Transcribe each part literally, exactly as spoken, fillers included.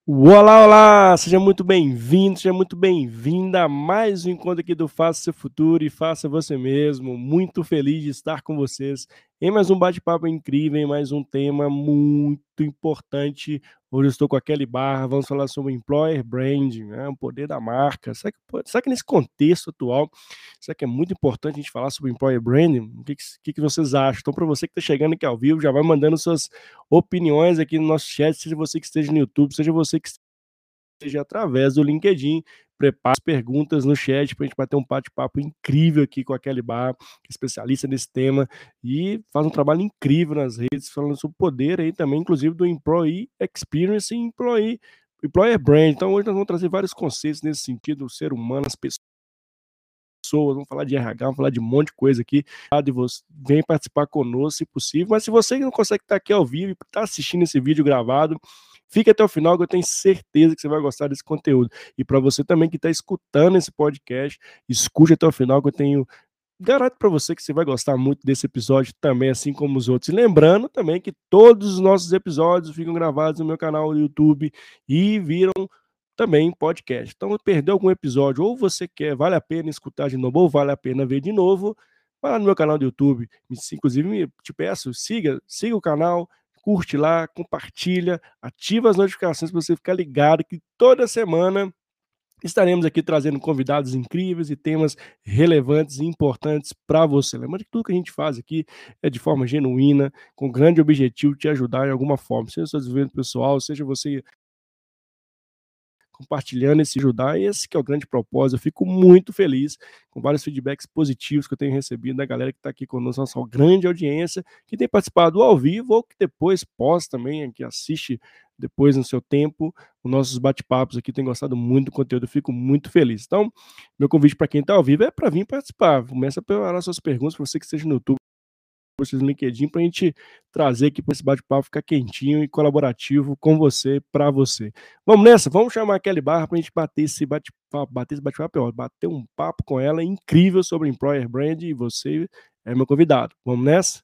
Olá, olá! Seja muito bem-vindo, seja muito bem-vinda a mais um encontro aqui do Faça Seu Futuro e Faça Você Mesmo. Muito feliz de estar com vocês em mais um bate-papo incrível, em mais um tema muito importante. Hoje eu estou com a Kelly Barra, vamos falar sobre Employer Branding, né? O poder da marca. Será que, será que nesse contexto atual, será que é muito importante a gente falar sobre Employer Branding? O que, que, que vocês acham? Então, para você que está chegando aqui ao vivo, já vai mandando suas opiniões aqui no nosso chat, seja você que esteja no YouTube, seja você que esteja através do LinkedIn. Prepare as perguntas no chat para a gente bater um bate-papo incrível aqui com a Kelly Barra, que é especialista nesse tema e faz um trabalho incrível nas redes, falando sobre o poder aí também, inclusive do Employee Experience e Employee, Employer Brand. Então hoje nós vamos trazer vários conceitos nesse sentido, o ser humano, as pessoas, vamos falar de R H, vamos falar de um monte de coisa aqui. Vem participar conosco, se possível. Mas se você não consegue estar aqui ao vivo e está assistindo esse vídeo gravado, fique até o final, que eu tenho certeza que você vai gostar desse conteúdo. E para você também que está escutando esse podcast, escute até o final, que eu tenho... Garanto para você que você vai gostar muito desse episódio também, assim como os outros. E lembrando também que todos os nossos episódios ficam gravados no meu canal do YouTube e viram também podcast. Então, perdeu algum episódio, ou você quer, vale a pena escutar de novo, ou vale a pena ver de novo, vai lá no meu canal do YouTube. Inclusive, me, te peço, siga, siga o canal, curte lá, compartilha, ativa as notificações para você ficar ligado que toda semana estaremos aqui trazendo convidados incríveis e temas relevantes e importantes para você. Lembrando que tudo que a gente faz aqui é de forma genuína, com grande objetivo de te ajudar em alguma forma, seja seu desenvolvimento pessoal, seja você compartilhando esse ajudar, e esse que é o grande propósito. Eu fico muito feliz com vários feedbacks positivos que eu tenho recebido da galera que está aqui conosco, nossa grande audiência, que tem participado ao vivo ou que depois posta também, que assiste depois no seu tempo, os nossos bate-papos aqui, tem gostado muito do conteúdo, eu fico muito feliz. Então, meu convite para quem está ao vivo é para vir participar, começa a preparar suas perguntas, para você que esteja no YouTube, vocês no LinkedIn, para a gente trazer aqui para esse bate-papo ficar quentinho e colaborativo com você, para você. Vamos nessa? Vamos chamar a Kelly Barra para a gente bater esse bate-papo, bater esse bate-papo, bater um papo com ela incrível sobre Employer Brand, e você é meu convidado. Vamos nessa?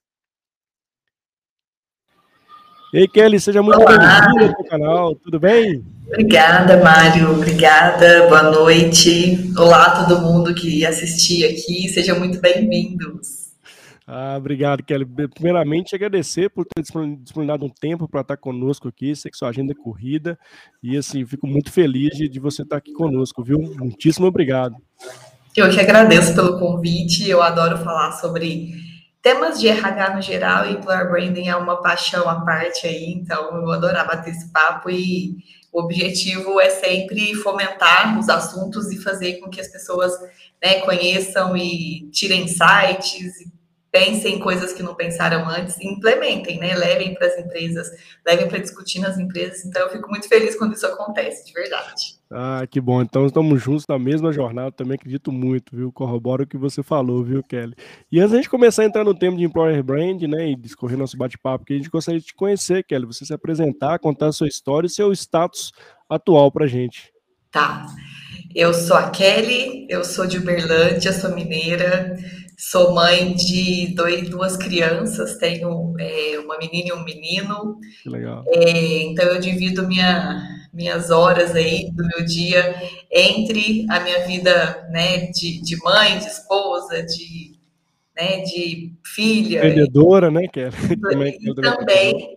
Ei, Kelly, seja muito bem-vinda ao canal, tudo bem? Obrigada, Mário, obrigada, boa noite. Olá, todo mundo que assistiu aqui, sejam muito bem-vindos. Ah, obrigado, Kelly. Primeiramente, agradecer por ter disponibilizado um tempo para estar conosco aqui. Sei que sua agenda é corrida e, assim, fico muito feliz de, de você estar aqui conosco, viu? Muitíssimo obrigado. Eu que agradeço pelo convite. Eu adoro falar sobre temas de R H no geral e Employer Branding é uma paixão à parte aí, então eu vou adorar bater esse papo e o objetivo é sempre fomentar os assuntos e fazer com que as pessoas, né, conheçam e tirem insights, pensem coisas que não pensaram antes e implementem, né? Levem para as empresas, levem para discutir nas empresas. Então, eu fico muito feliz quando isso acontece, de verdade. Ah, que bom. Então, estamos juntos na mesma jornada. Também acredito muito, viu? Corroboro o que você falou, viu, Kelly? E antes de a gente começar a entrar no tema de Employer Brand, né, e discorrer nosso bate-papo, que a gente gostaria de te conhecer, Kelly. Você se apresentar, contar a sua história e seu status atual para a gente. Tá. Eu sou a Kelly, eu sou de Uberlândia, sou mineira, sou mãe de dois, duas crianças, tenho é, uma menina e um menino. Que legal. É, então eu divido minha, minhas horas aí do meu dia entre a minha vida, né, de, de mãe, de esposa, de, né, de filha. Empreendedora, né, Kelly? E, e também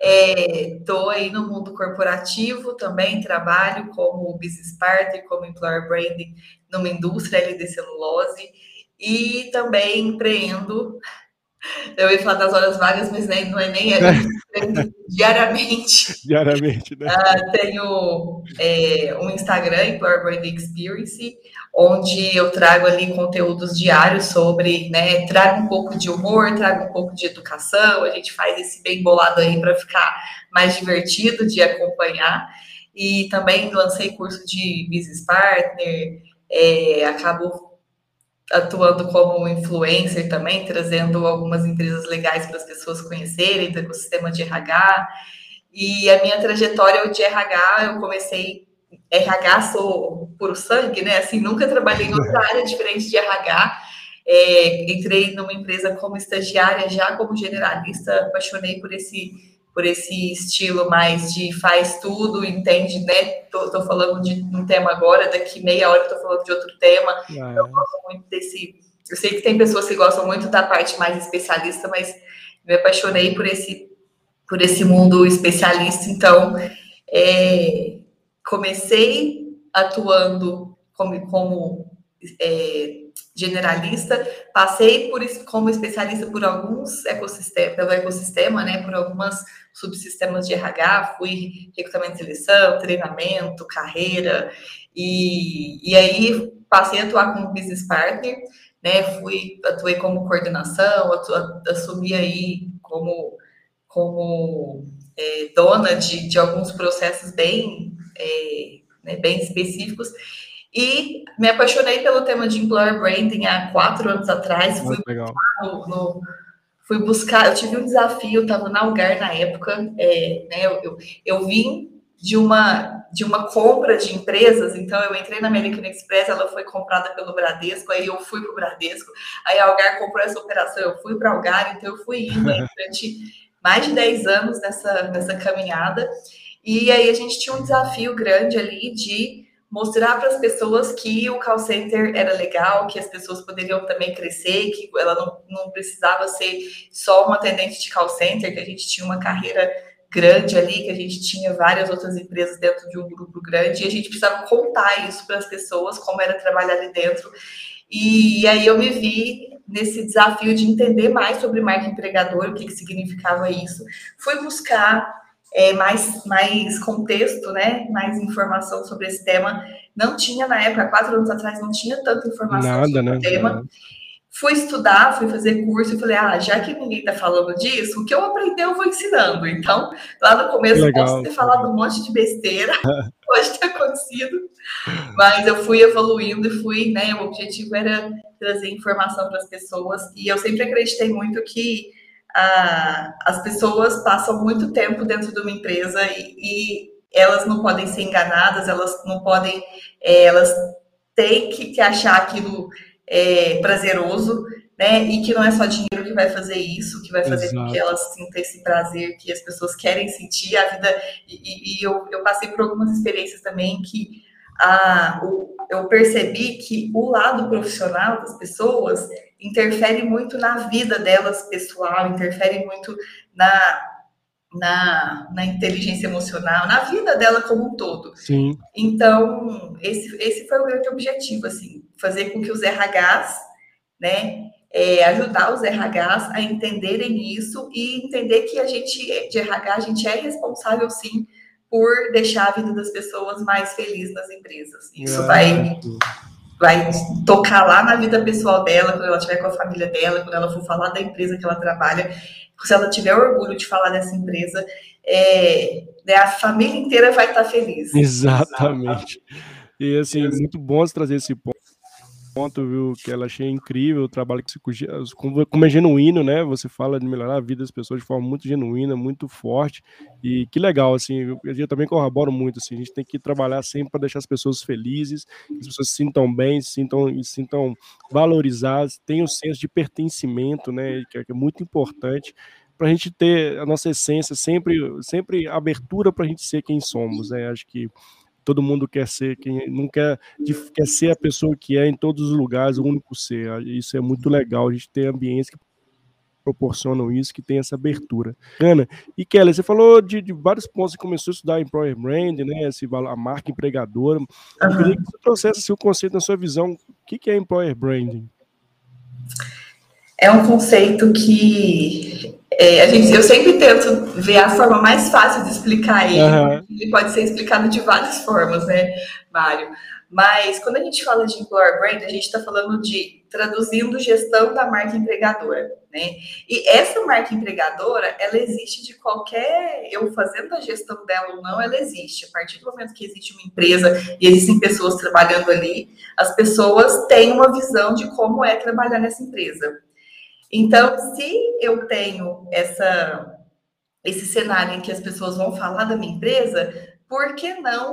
estou é, aí no mundo corporativo, também trabalho como business partner, como employer branding numa indústria ali de celulose e também empreendo. Eu ia falar das horas vagas, mas né, não é nem é, empreendo diariamente. Diariamente, né? Uh, tenho é, um Instagram, Employer Branding Experience, onde eu trago ali conteúdos diários sobre, né, trago um pouco de humor, trago um pouco de educação, a gente faz esse bem bolado aí para ficar mais divertido de acompanhar. E também lancei curso de Business Partner, é, acabo atuando como influencer também, trazendo algumas empresas legais para as pessoas conhecerem do ecossistema de R H. E a minha trajetória de R H, eu comecei... R H, sou puro sangue, né? Assim, nunca trabalhei em outra área diferente de R H. É, entrei numa empresa como estagiária, já como generalista, apaixonei por esse por esse estilo mais de faz tudo, entende, né? Tô, tô falando de um tema agora, daqui meia hora eu tô falando de outro tema. Ah, Eu gosto muito desse... Eu sei que tem pessoas que gostam muito da parte mais especialista, mas me apaixonei por esse, por esse mundo especialista, então é, comecei atuando como, como é, generalista, passei por como especialista por alguns ecossistemas, pelo ecossistema, né, por algumas subsistemas de R H, fui recrutamento e seleção, treinamento, carreira, e, e aí passei a atuar como business partner, né, fui, atuei como coordenação, atu, assumi aí como, como é, dona de, de alguns processos bem, é, né, bem específicos, e me apaixonei pelo tema de employer branding há quatro anos atrás. Fui legal. No, no, fui buscar, eu tive um desafio, estava na Algar na época, é, né, eu, eu, eu vim de uma, de uma compra de empresas, então eu entrei na American Express, ela foi comprada pelo Bradesco, aí eu fui para o Bradesco, aí a Algar comprou essa operação, eu fui para a Algar, então eu fui indo aí durante mais de dez anos nessa, nessa caminhada, e aí a gente tinha um desafio grande ali de mostrar para as pessoas que o call center era legal, que as pessoas poderiam também crescer, que ela não, não precisava ser só uma atendente de call center, que a gente tinha uma carreira grande ali, que a gente tinha várias outras empresas dentro de um grupo grande, e a gente precisava contar isso para as pessoas, como era trabalhar ali dentro. E aí eu me vi nesse desafio de entender mais sobre marca empregadora, o que, que significava isso. Fui buscar É, mais, mais contexto, né? Mais informação sobre esse tema. Não tinha na época, quatro anos atrás, não tinha tanta informação Nada, sobre né? o tema. Nada. Fui estudar, fui fazer curso e falei, ah, já que ninguém está falando disso, o que eu aprendi eu vou ensinando. Então, lá no começo, Legal, posso ter falado um monte de besteira, pode ter acontecido, mas eu fui evoluindo e fui, né? O objetivo era trazer informação para as pessoas, e eu sempre acreditei muito que ah, as pessoas passam muito tempo dentro de uma empresa e, e elas não podem ser enganadas, elas não podem, é, elas têm que, que achar aquilo é, prazeroso, né? E que não é só dinheiro que vai fazer isso, que vai fazer Exato. com que elas sintam esse prazer que as pessoas querem sentir. A vida, e, e eu, eu passei por algumas experiências também que ah, o, eu percebi que o lado profissional das pessoas interfere muito na vida delas pessoal, interfere muito na, na, na inteligência emocional, na vida dela como um todo. Sim. Então, esse, esse foi o grande objetivo, assim, fazer com que os R Hs, né, é, ajudar os R Hs a entenderem isso e entender que a gente, de R H, a gente é responsável, sim, por deixar a vida das pessoas mais feliz nas empresas. Isso É, vai, vai tocar lá na vida pessoal dela, quando ela estiver com a família dela, quando ela for falar da empresa que ela trabalha, se ela tiver orgulho de falar dessa empresa, é, né, a família inteira vai estar feliz. Exatamente. E assim, muito bom você trazer esse ponto. ponto, viu, que ela achei incrível o trabalho que você, como é genuíno, né, você fala de melhorar a vida das pessoas de forma muito genuína, muito forte, e que legal, assim, eu, eu também corroboro muito, assim, a gente tem que trabalhar sempre para deixar as pessoas felizes, que as pessoas se sintam bem, se sintam, se sintam valorizadas, tenham um senso de pertencimento, né, que é, que é muito importante, para a gente ter a nossa essência, sempre, sempre abertura para a gente ser quem somos, né, acho que todo mundo quer ser quem não quer, quer ser a pessoa que é em todos os lugares, o único ser. Isso é muito legal, a gente tem ambientes que proporcionam isso, que tem essa abertura. Ana, e Kelly, você falou de, de vários pontos, você começou a estudar Employer Brand, né, esse, a marca empregadora. Eu Uhum. queria que você trouxesse assim, o conceito na sua visão. O que, que é Employer Branding? É um conceito que é, a gente, eu sempre tento ver a forma mais fácil de explicar ele, uhum. Porque ele pode ser explicado de várias formas, né, Mário? Mas quando a gente fala de Employer Brand, a gente está falando de traduzindo gestão da marca empregadora, né? E essa marca empregadora, ela existe de qualquer... Eu fazendo a gestão dela ou não, ela existe. A partir do momento que existe uma empresa e existem pessoas trabalhando ali, as pessoas têm uma visão de como é trabalhar nessa empresa. Então, se eu tenho essa, esse cenário em que as pessoas vão falar da minha empresa, por que não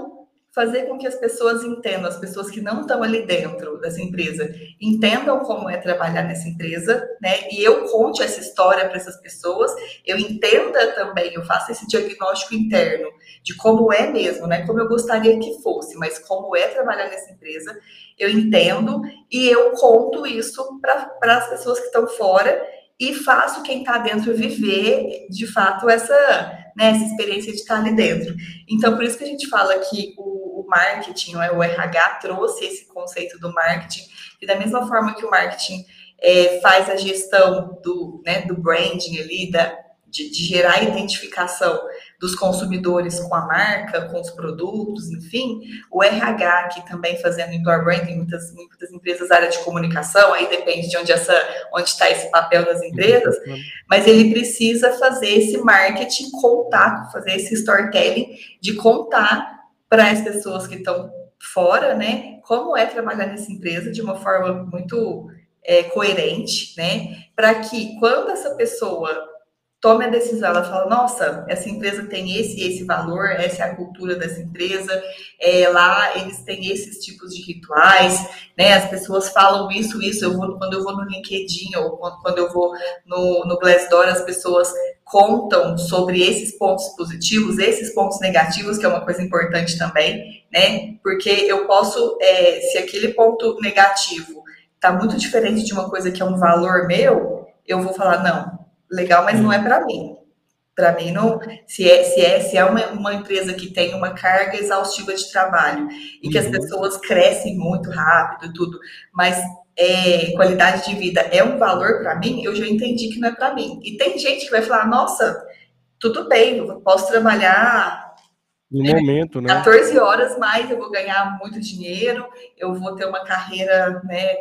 fazer com que as pessoas entendam, as pessoas que não estão ali dentro dessa empresa, entendam como é trabalhar nessa empresa, né? E eu conte essa história para essas pessoas, eu entenda também, eu faço esse diagnóstico interno de como é mesmo, né? Como eu gostaria que fosse, mas como é trabalhar nessa empresa, eu entendo e eu conto isso para as pessoas que estão fora e faço quem está dentro viver, de fato, essa, né, essa experiência de estar ali dentro. Então, por isso que a gente fala que o, o marketing, né, o R H trouxe esse conceito do marketing, e da mesma forma que o marketing é, faz a gestão do, né, do branding ali, da, de, de gerar identificação dos consumidores com a marca, com os produtos, enfim, o R H aqui também fazendo employer branding, muitas, muitas empresas da área de comunicação, aí depende de onde essa, onde está esse papel das empresas, mas ele precisa fazer esse marketing, contar, fazer esse storytelling, de contar para as pessoas que estão fora, né, como é trabalhar nessa empresa de uma forma muito é, coerente, né, para que quando essa pessoa tome a decisão, ela fala, nossa, essa empresa tem esse e esse valor, essa é a cultura dessa empresa, é, lá eles têm esses tipos de rituais, né, as pessoas falam isso, isso, eu vou, quando eu vou no LinkedIn ou quando, quando eu vou no, no Glassdoor, as pessoas contam sobre esses pontos positivos, esses pontos negativos, que é uma coisa importante também, né, porque eu posso, é, se aquele ponto negativo está muito diferente de uma coisa que é um valor meu, eu vou falar, não, legal, mas não é para mim. Para mim, não. Se é, se é, se é uma, uma empresa que tem uma carga exaustiva de trabalho e que uhum. as pessoas crescem muito rápido e tudo, mas é, qualidade de vida é um valor para mim, eu já entendi que não é para mim. E tem gente que vai falar, nossa, tudo bem, eu posso trabalhar no né, momento, né? quatorze horas, mais eu vou ganhar muito dinheiro, eu vou ter uma carreira, né,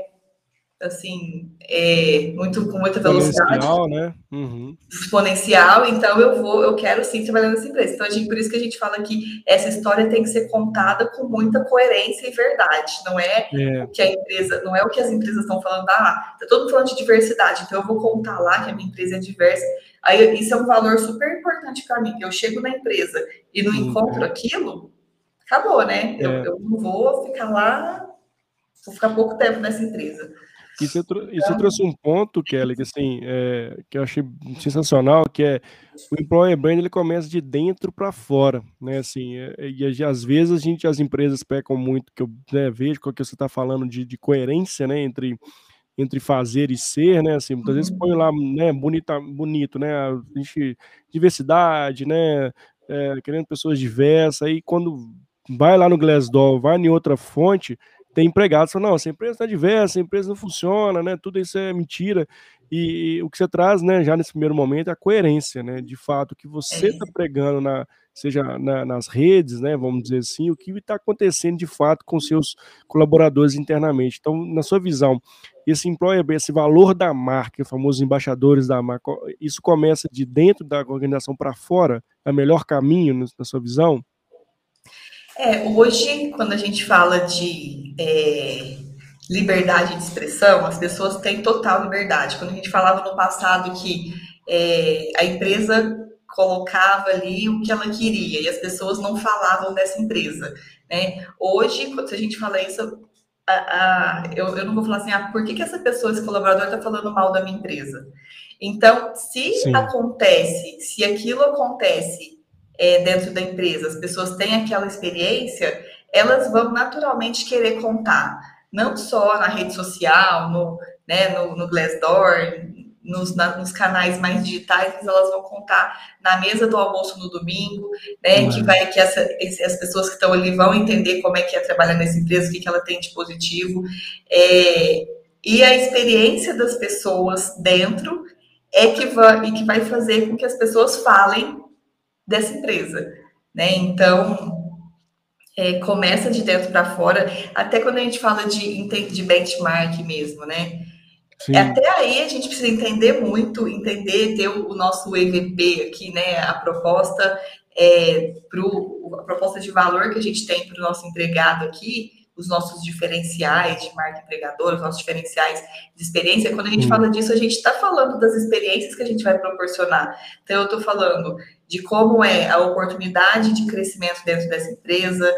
assim, é, muito, com muita velocidade. Exponencial, né? Uhum. Exponencial, então eu vou, eu quero sim trabalhar nessa empresa. Então, a gente, por isso que a gente fala que essa história tem que ser contada com muita coerência e verdade. Não é, é. o que a empresa, não é o que as empresas estão falando, ah, tá todo mundo falando de diversidade, então eu vou contar lá que a minha empresa é diversa. Aí isso é um valor super importante para mim. Eu chego na empresa e não uhum. encontro aquilo, acabou, né? É. Eu, eu não vou ficar lá, vou ficar pouco tempo nessa empresa. E você, e você trouxe um ponto, Kelly, que, assim, é, que eu achei sensacional, que é o employer brand, ele começa de dentro para fora, né, assim, é, e às vezes a gente, as empresas pecam muito, que eu né, vejo com o que você está falando de, de coerência, né, entre, entre fazer e ser, né, assim, muitas vezes põe lá, né, bonita, bonito, né, a gente, diversidade, né, é, querendo pessoas diversas, aí quando vai lá no Glassdoor, vai em outra fonte, tem empregados que falam, não, essa empresa está diversa, essa empresa não funciona, né? Tudo isso é mentira. E, e o que você traz, né, já nesse primeiro momento, é a coerência, né? De fato, o que você está pregando, na, seja na, nas redes, né? Vamos dizer assim, o que está acontecendo de fato com seus colaboradores internamente. Então, na sua visão, esse employer, esse valor da marca, os famosos embaixadores da marca, isso começa de dentro da organização para fora? É o melhor caminho, na sua visão? É, hoje, quando a gente fala de é, liberdade de expressão, as pessoas têm total liberdade. Quando a gente falava no passado que é, a empresa colocava ali o que ela queria e as pessoas não falavam dessa empresa, né? Hoje, se a gente fala isso, a, a, eu, eu não vou falar assim, ah, por que, que essa pessoa, esse colaborador, está falando mal da minha empresa? Então, se Sim. acontece, se aquilo acontece É, dentro da empresa, as pessoas têm aquela experiência, elas vão naturalmente querer contar, não só na rede social, no, né, no, no Glassdoor, nos, na, nos canais mais digitais, mas elas vão contar na mesa do almoço no domingo, né, uhum. que, vai, que essa, esse, as pessoas que estão ali vão entender como é que é trabalhar nessa empresa, o que, que ela tem de positivo, é, e a experiência das pessoas dentro é que vai, e que vai fazer com que as pessoas falem dessa empresa, né? Então, é, começa de dentro para fora, até quando a gente fala de, de benchmark mesmo, né? Sim. Até aí a gente precisa entender muito, entender, ter o, o nosso E V P aqui, né? A proposta, é, pro, a proposta de valor que a gente tem para o nosso empregado aqui, os nossos diferenciais de marca empregadora, os nossos diferenciais de experiência. Quando a gente hum. fala disso, a gente está falando das experiências que a gente vai proporcionar. Então, eu estou falando de como é a oportunidade de crescimento dentro dessa empresa,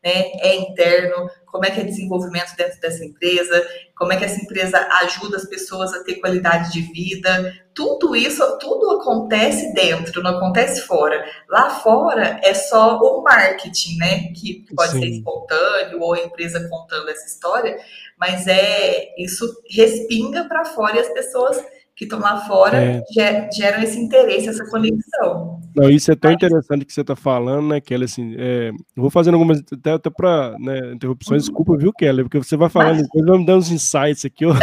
né, é interno, como é que é desenvolvimento dentro dessa empresa, como é que essa empresa ajuda as pessoas a ter qualidade de vida. Tudo isso, tudo acontece dentro, não acontece fora. Lá fora é só o marketing, né, que pode ser Sim. espontâneo ou a empresa contando essa história, mas é isso respinga para fora e as pessoas que estão lá fora É. geram esse interesse, essa conexão. Não, isso é tão Mas... interessante que você está falando, né, Kelly, assim, é, eu vou fazendo algumas, até, até para, né, interrupções, Uhum. desculpa, viu, Kelly, porque você vai falando, Mas... depois vai me dando uns insights aqui, eu,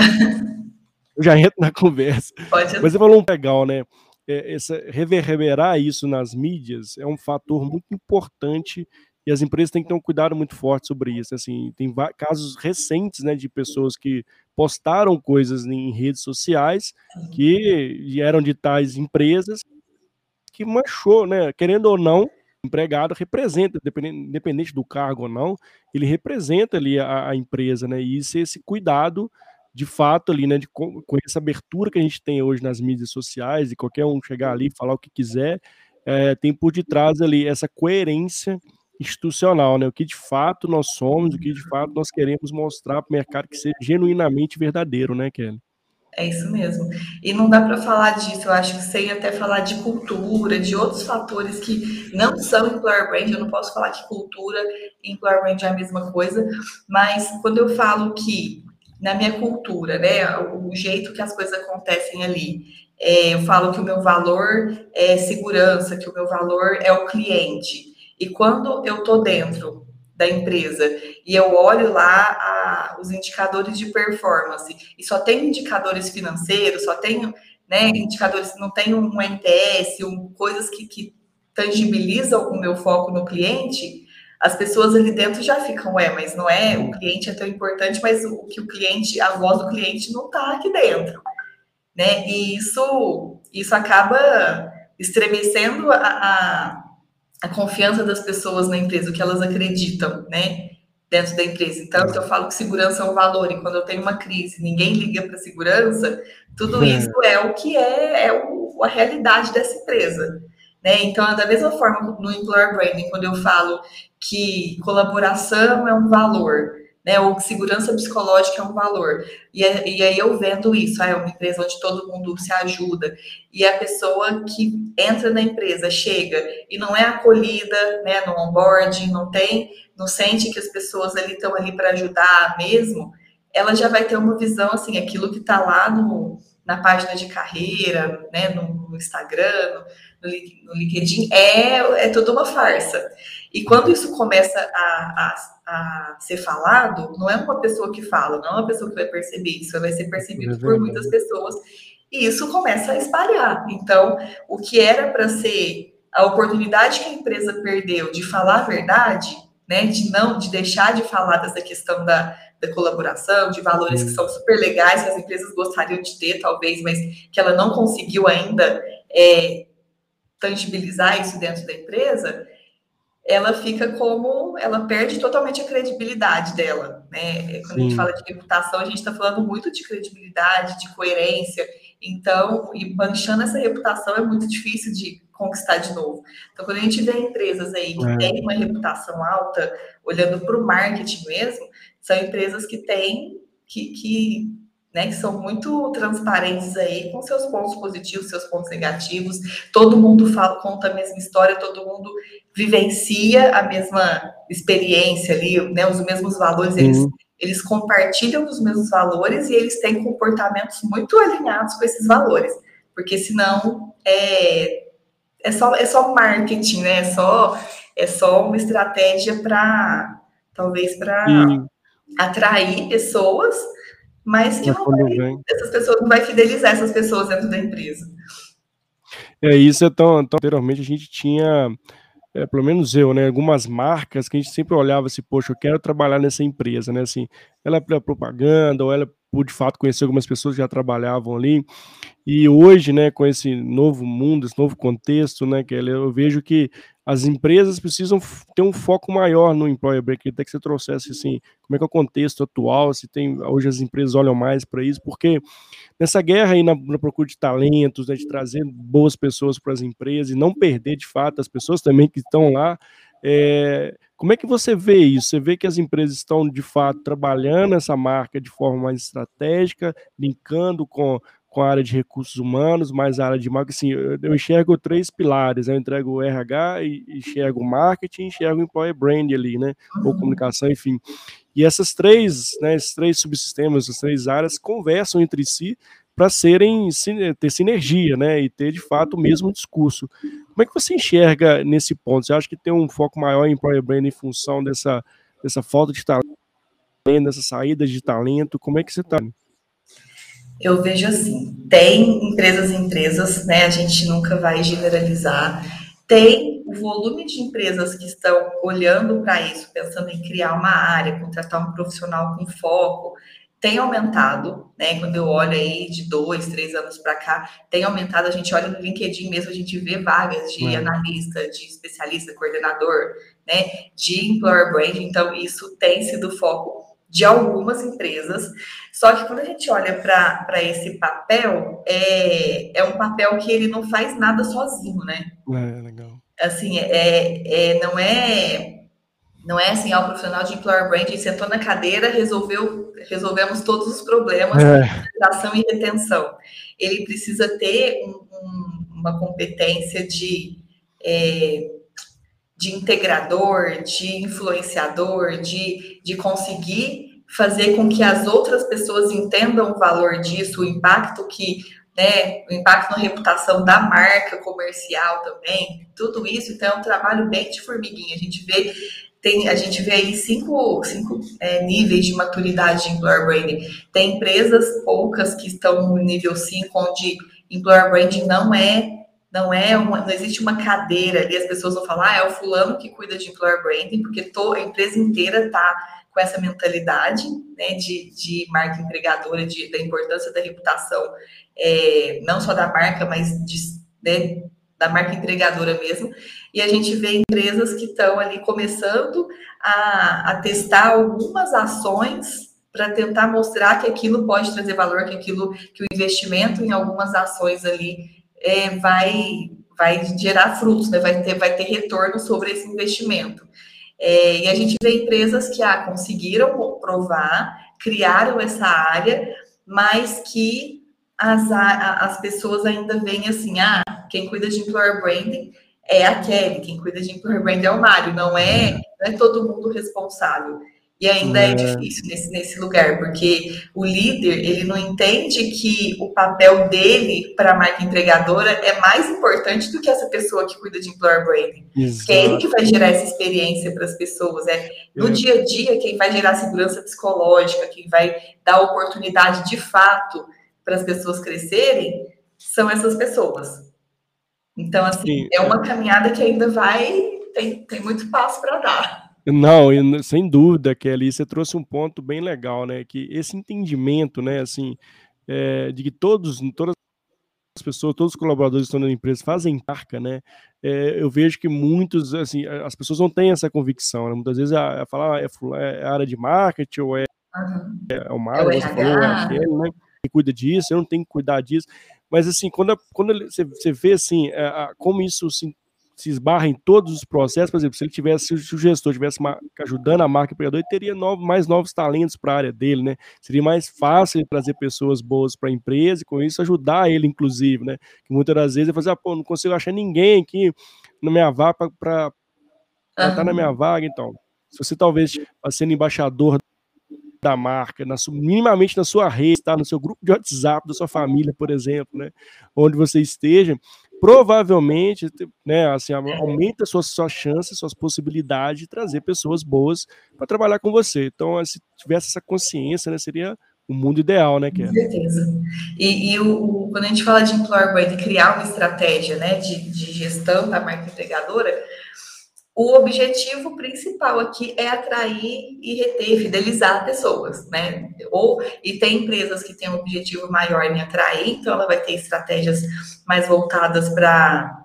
eu já entro na conversa. Pode... Mas você falou um legal, né, é, essa, reverberar isso nas mídias é um fator muito importante e as empresas têm que ter um cuidado muito forte sobre isso, assim, tem casos recentes, né, de pessoas que postaram coisas em redes sociais que eram de tais empresas que manchou, né, querendo ou não, o empregado representa, independente do cargo ou não, ele representa ali a, a empresa, né, e isso, esse cuidado, de fato, ali, né, de, com, com essa abertura que a gente tem hoje nas mídias sociais, e qualquer um chegar ali e falar o que quiser, é, tem por detrás ali essa coerência institucional, né, o que de fato nós somos, o que de fato nós queremos mostrar para o mercado que seja genuinamente verdadeiro, né, Kelly? É isso mesmo. E não dá para falar disso, eu acho que sem até falar de cultura, de outros fatores que não são employer brand. Eu não posso falar que cultura e employer brand é a mesma coisa, mas quando eu falo que na minha cultura, né, o, o jeito que as coisas acontecem ali, é, eu falo que o meu valor é segurança, que o meu valor é o cliente. E quando eu tô dentro da empresa e eu olho lá a, os indicadores de performance e só tem indicadores financeiros, só tem, né, indicadores, não tem um N P S, um, coisas que, que tangibilizam o meu foco no cliente, as pessoas ali dentro já ficam, ué, mas não é, o cliente é tão importante, mas o que o cliente, a voz do cliente não está aqui dentro, né? E isso, isso acaba estremecendo a, a a confiança das pessoas na empresa, o que elas acreditam, né, dentro da empresa. Então, se eu falo que segurança é um valor e quando eu tenho uma crise, ninguém liga para segurança, tudo isso é o que é, é o, a realidade dessa empresa, né? Então, da mesma forma no employer branding, quando eu falo que colaboração é um valor, né, ou que segurança psicológica é um valor. E, e aí eu vendo isso, ah, é uma empresa onde todo mundo se ajuda, e a pessoa que entra na empresa, chega e não é acolhida, né, no onboarding, não tem, não sente que as pessoas ali estão ali para ajudar mesmo, ela já vai ter uma visão, assim, aquilo que está lá no, na página de carreira, né, no, no Instagram, no, no LinkedIn, é, é toda uma farsa. E quando isso começa a, a, a ser falado, não é uma pessoa que fala, não é uma pessoa que vai perceber isso, vai ser percebido é por muitas pessoas, e isso começa a espalhar. Então, o que era para ser a oportunidade que a empresa perdeu de falar a verdade, né, de não, de deixar de falar dessa questão da, da colaboração, de valores hum. que são super legais, que as empresas gostariam de ter, talvez, mas que ela não conseguiu ainda é, tangibilizar isso dentro da empresa, ela fica como, ela perde totalmente a credibilidade dela, né? Quando Sim. a gente fala de reputação, a gente está falando muito de credibilidade, de coerência, então, e manchando essa reputação é muito difícil de conquistar de novo. Então, quando a gente vê empresas aí que é. têm uma reputação alta, olhando para o marketing mesmo, são empresas que têm, que, que né, que são muito transparentes aí com seus pontos positivos, seus pontos negativos, todo mundo fala, conta a mesma história, todo mundo vivencia a mesma experiência ali, né, os mesmos valores, eles, uhum. eles compartilham os mesmos valores e eles têm comportamentos muito alinhados com esses valores, porque senão é, é, só, é só marketing, né, é só, é só uma estratégia para, talvez para atrair pessoas, mas que não vai, essas pessoas não vai fidelizar essas pessoas dentro da empresa. É, isso é tão, tão anteriormente a gente tinha, é, pelo menos eu, né, algumas marcas que a gente sempre olhava assim, poxa, eu quero trabalhar nessa empresa, né, assim, ela é para propaganda, ou ela, por de fato, conhecer algumas pessoas que já trabalhavam ali, e hoje, né, com esse novo mundo, esse novo contexto, né, que eu vejo que as empresas precisam ter um foco maior no employer branding, até que você trouxesse, assim, como é que é o contexto atual, se tem, hoje as empresas olham mais para isso, porque nessa guerra aí na, na procura de talentos, né, de trazer boas pessoas para as empresas e não perder, de fato, as pessoas também que estão lá, É, como é que você vê isso? Você vê que as empresas estão, de fato, trabalhando essa marca de forma mais estratégica, linkando com, com a área de recursos humanos, mais a área de marketing? Assim, eu, eu enxergo três pilares, né? Eu entrego o R H, e, enxergo o marketing, enxergo o employer brand ali, né? Ou comunicação, enfim. E essas três, né, esses três subsistemas, essas três áreas conversam entre si para serem ter sinergia, né, e ter de fato o mesmo discurso. Como é que você enxerga nesse ponto? Você acha que tem um foco maior em employer brand em função dessa, dessa falta de talento, dessa saída de talento? Como é que você está? Eu vejo assim, tem empresas e empresas, né? A gente nunca vai generalizar. Tem o volume de empresas que estão olhando para isso, pensando em criar uma área, contratar um profissional com foco, tem aumentado, né? Quando eu olho aí de dois, três anos para cá, tem aumentado. A gente olha no LinkedIn mesmo, a gente vê vagas de É. analista, de especialista, coordenador, né? De employer brand. Então, isso tem sido foco de algumas empresas. Só que quando a gente olha para esse papel, é, é um papel que ele não faz nada sozinho, né? É, legal. Assim, é, é, não é não é assim, ó, o profissional de employer branding sentou na cadeira, resolveu, resolvemos todos os problemas É. de atração e retenção. Ele precisa ter um, um, uma competência de, é, de integrador, de influenciador, de, de conseguir fazer com que as outras pessoas entendam o valor disso, o impacto que, né, o impacto na reputação da marca comercial também, tudo isso. Então é um trabalho bem de formiguinha. A gente vê Tem, a gente vê aí cinco, cinco é, níveis de maturidade de employer branding. Tem empresas poucas que estão no nível cinco, onde employer branding não é, não é uma, não existe uma cadeira ali, as pessoas vão falar, ah, é o fulano que cuida de employer branding, porque to, a empresa inteira está com essa mentalidade, né, de, de marca empregadora, de, da importância da reputação, é, não só da marca, mas de, né, da marca empregadora mesmo. E a gente vê empresas que estão ali começando a, a testar algumas ações para tentar mostrar que aquilo pode trazer valor, que aquilo, que o investimento em algumas ações ali é, vai, vai gerar frutos, né? vai, ter, vai ter retorno sobre esse investimento. É, e a gente vê empresas que ah, conseguiram provar, criaram essa área, mas que as, as pessoas ainda veem assim, ah, quem cuida de employer branding é a Kelly, quem cuida de employer branding é o Mário, não é, não é todo mundo responsável. E ainda é, é difícil nesse, nesse lugar, porque o líder, ele não entende que o papel dele para a marca empregadora é mais importante do que essa pessoa que cuida de employer branding. Exato. Porque é ele que vai gerar essa experiência para as pessoas. É, no é. dia a dia, quem vai gerar segurança psicológica, quem vai dar oportunidade de fato para as pessoas crescerem, são essas pessoas. Então, assim, Sim, é uma caminhada que ainda vai, tem, tem muito passo para dar. Não, sem dúvida, Kelly, você trouxe um ponto bem legal, né? Que esse entendimento, né, assim, é, de que todos, todas as pessoas, todos os colaboradores que estão na empresa fazem marca, né? É, eu vejo que muitos, assim, as pessoas não têm essa convicção, né? Muitas vezes a, a falar é, é a área de marketing ou é, uhum. é o Mário, é você falou, é a Kelly, né? Que cuida disso, eu não tenho que cuidar disso. Mas, assim, quando, quando você, você vê, assim, a, a, como isso se, se esbarra em todos os processos, por exemplo, se ele tivesse, se o gestor tivesse uma, ajudando a marca empregadora, ele teria novo, mais novos talentos para a área dele, né? Seria mais fácil ele trazer pessoas boas para a empresa e, com isso, ajudar ele, inclusive, né? Que muitas das vezes ele fala assim, ah, pô, não consigo achar ninguém aqui na minha vaga para estar uhum. na minha vaga, então. Se você talvez sendo embaixador da marca, na sua, minimamente na sua rede, tá? No seu grupo de WhatsApp, da sua família, por exemplo, né? Onde você esteja, provavelmente, né, assim, aumenta suas, suas chances, suas possibilidades de trazer pessoas boas para trabalhar com você. Então, se tivesse essa consciência, né, seria o mundo ideal, né, Kelly? Com certeza. E, e o, o, quando a gente fala de employer branding, criar uma estratégia, né, de, de gestão da marca empregadora, o objetivo principal aqui é atrair e reter, fidelizar pessoas, né? Ou, e tem empresas que têm um objetivo maior em atrair, então ela vai ter estratégias mais voltadas para,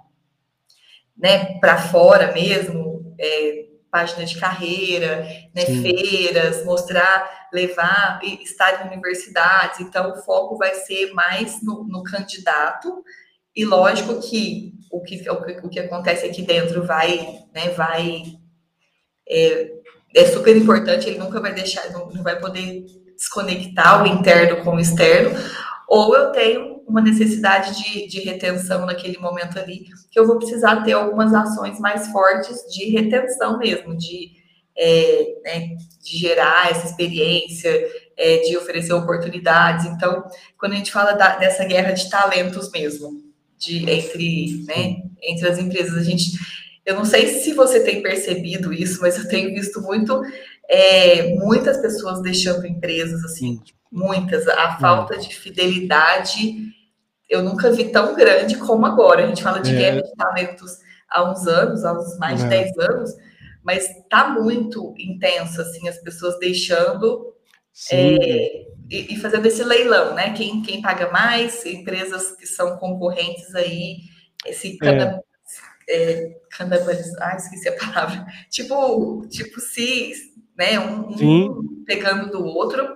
né, para fora mesmo, é, página de carreira, né, feiras, mostrar, levar, estar em universidades. Então, o foco vai ser mais no, no candidato. E lógico que o que, o que, o que acontece aqui dentro vai, né, vai é, é super importante, ele nunca vai deixar, não, não vai poder desconectar o interno com o externo, ou eu tenho uma necessidade de, de retenção naquele momento ali, que eu vou precisar ter algumas ações mais fortes de retenção mesmo, de, é, né, de gerar essa experiência, é, de oferecer oportunidades. Então, quando a gente fala da, dessa guerra de talentos mesmo, de, entre, né, entre as empresas, a gente, eu não sei se você tem percebido isso, mas eu tenho visto muito, é, muitas pessoas deixando empresas, assim, muitas. A falta de fidelidade eu nunca vi tão grande como agora. A gente fala de é. guerra de talentos há uns anos, há uns mais é. de dez anos, mas tá muito intenso, assim, as pessoas deixando é, e, e fazendo esse leilão, né? Quem, quem paga mais, empresas que são concorrentes aí, esse cana, é. É, canabaliz... ah, esqueci a palavra. Tipo, tipo se, né, um, um pegando do outro.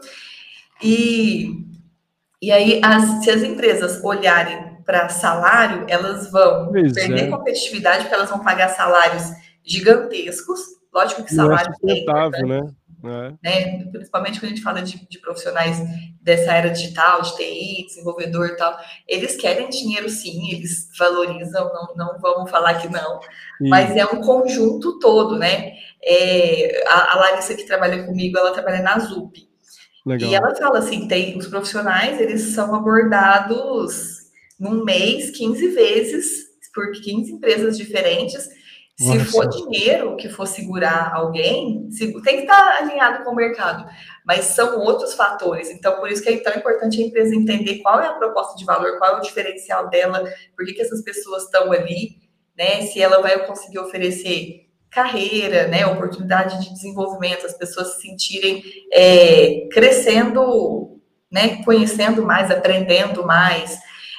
E, e aí, as, se as empresas olharem para salário, elas vão pois perder é. competitividade, porque elas vão pagar salários gigantescos. Lógico que salário não é sustentável, né? É. né? Principalmente quando a gente fala de, de profissionais dessa era digital, de T I, desenvolvedor e tal, eles querem dinheiro sim, eles valorizam, não, não vamos falar que não, sim. Mas é um conjunto todo, né? É, a, a Larissa que trabalha comigo, ela trabalha na Zup. Legal. E ela fala assim, tem os profissionais, eles são abordados num mês quinze vezes por quinze empresas diferentes. Se Nossa. for dinheiro que for segurar alguém, tem que estar alinhado com o mercado. Mas são outros fatores. Então, por isso que é tão importante a empresa entender qual é a proposta de valor, qual é o diferencial dela, por que, que essas pessoas estão ali, né? Se ela vai conseguir oferecer carreira, né, oportunidade de desenvolvimento, as pessoas se sentirem é, crescendo, né, conhecendo mais, aprendendo mais.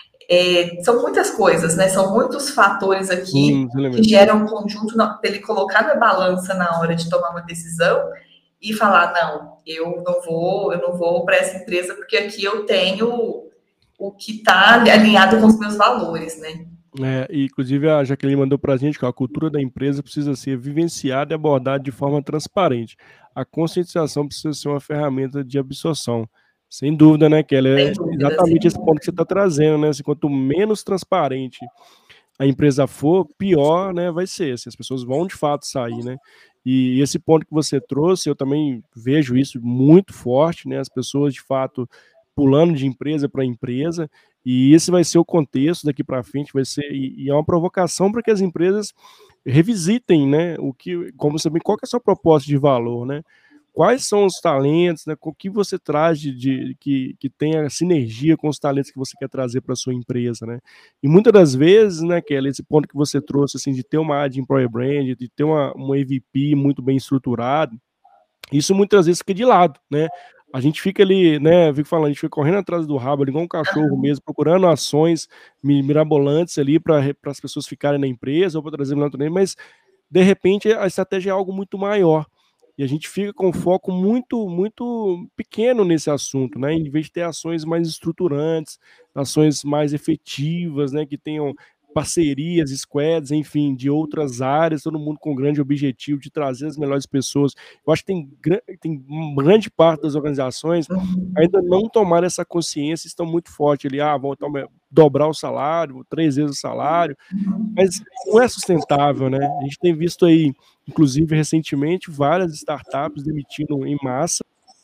É, são muitas coisas, né? São muitos fatores aqui hum, que geram um conjunto para ele colocar na balança na hora de tomar uma decisão e falar, não, eu não vou, eu não vou para essa empresa porque aqui eu tenho o que está alinhado com os meus valores, né? É, e, inclusive a Jaqueline mandou para a gente que a cultura da empresa precisa ser vivenciada e abordada de forma transparente. A conscientização precisa ser uma ferramenta de absorção. Sem dúvida, né, Kelly? É exatamente esse ponto que você está trazendo, né? Assim, quanto menos transparente a empresa for, pior, né, vai ser. Assim, as pessoas vão de fato sair, né? E esse ponto que você trouxe, eu também vejo isso muito forte, né? As pessoas de fato pulando de empresa para empresa. E esse vai ser o contexto daqui para frente, vai ser e, e é uma provocação para que as empresas revisitem, né, o que, como saber qual que é a sua proposta de valor, né? Quais são os talentos, né? O que você traz de, de que, que tenha sinergia com os talentos que você quer trazer para a sua empresa, né? E muitas das vezes, né, Kelly, esse ponto que você trouxe, assim, de ter uma área de employer brand, de ter uma, uma E V P muito bem estruturado, isso muitas vezes fica de lado, né? A gente fica ali, né, eu fico falando, a gente fica correndo atrás do rabo, igual um cachorro mesmo, procurando ações mirabolantes ali para as pessoas ficarem na empresa ou para trazer melhor também, mas de repente a estratégia é algo muito maior. E a gente fica com foco muito, muito pequeno nesse assunto, né? Em vez de ter ações mais estruturantes, ações mais efetivas, né? Que tenham parcerias, squads, enfim, de outras áreas, todo mundo com grande objetivo de trazer as melhores pessoas. Eu acho que tem, tem grande parte das organizações ainda não tomaram essa consciência, estão muito fortes ali, ah, vão tomar, dobrar o salário, três vezes o salário, mas não é sustentável, né? A gente tem visto aí, inclusive recentemente, várias startups demitindo em massa,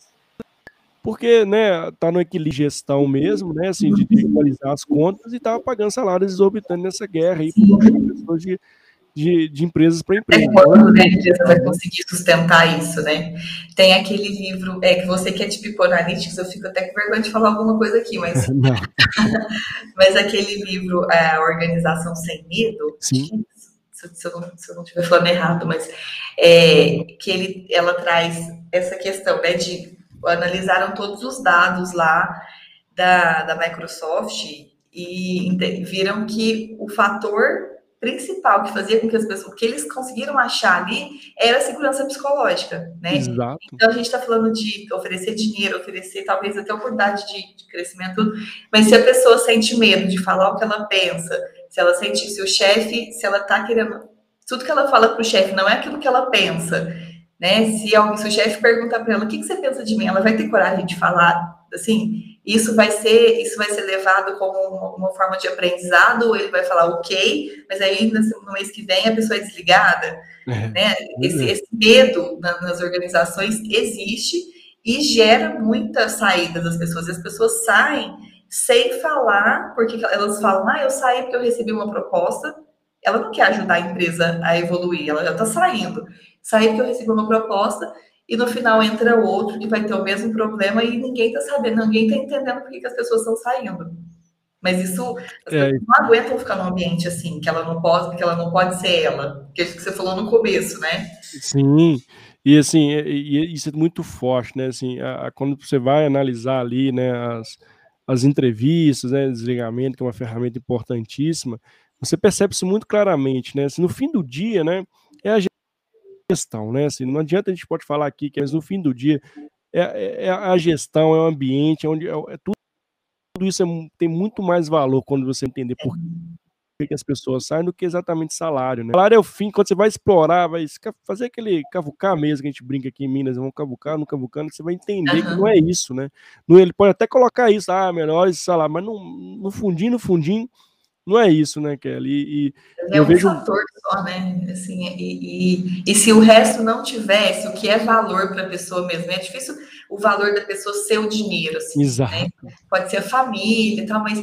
porque, né, tá no equilíbrio de gestão mesmo, né, assim, de equalizar as contas e tava pagando salários exorbitantes nessa guerra aí, por puxar pessoas de, de, de empresas para empresa. É quando, né, a empresa vai conseguir sustentar isso, né? Tem aquele livro, é que você que é de People Analytics, eu fico até com vergonha de falar alguma coisa aqui, mas mas aquele livro, A Organização Sem Medo, Sim. Se eu, não, se eu não estiver falando errado, mas é, que ele, ela traz essa questão, né, de analisaram todos os dados lá da, da Microsoft e viram que o fator principal que fazia com que as pessoas, o que eles conseguiram achar ali era a segurança psicológica, né? Exato. Então a gente está falando de oferecer dinheiro, oferecer talvez até oportunidade de, de crescimento, mas se a pessoa sente medo de falar o que ela pensa, se ela sente, se o chefe, se ela tá querendo, tudo que ela fala pro chefe não é aquilo que ela pensa, né? Se, alguém, se o chefe perguntar para ela, o que, que você pensa de mim? Ela vai ter coragem de falar, assim, isso vai ser, isso vai ser levado como uma, uma forma de aprendizado, ou ele vai falar ok, mas aí no mês que vem a pessoa é desligada, É, né? Esse, esse medo na, nas organizações existe e gera muitas saídas das pessoas. E as pessoas saem sem falar, porque elas falam, ah, eu saí porque eu recebi uma proposta. Ela não quer ajudar a empresa a evoluir, ela já está saindo. Saí porque eu recebi uma proposta e no final entra outro que vai ter o mesmo problema e ninguém está sabendo, ninguém está entendendo por que, que as pessoas estão saindo. Mas isso, as é, pessoas não aguentam ficar num ambiente assim, que ela não pode, que ela não pode ser ela, que é isso que você falou no começo, né? sim, e assim, e, e isso é muito forte, né? Assim, a, a, quando você vai analisar ali, né, as, as entrevistas, né, desligamento, que é uma ferramenta importantíssima, você percebe isso muito claramente, né? Assim, no fim do dia, né, é a gestão, né? Assim, não adianta a gente pode falar aqui, que mas no fim do dia é, é, é a gestão, é o ambiente, é onde é, é tudo, tudo isso é, tem muito mais valor quando você entender por que as pessoas saem do que exatamente salário, né? Salário é o fim, quando você vai explorar, vai fazer aquele cavucar mesmo que a gente brinca aqui em Minas, vamos cavucar, não cavucando, você vai entender que não é isso, né? Não, ele pode até colocar isso, ah, melhor esse salário, mas no, no fundinho, no fundinho, não é isso, né, Kelly? E, e É eu um vejo... fator só, né? Assim, e, e, e se o resto não tivesse, o que é valor para a pessoa mesmo? É difícil o valor da pessoa ser o dinheiro, assim, né? Exato. Pode ser a família e tal, mas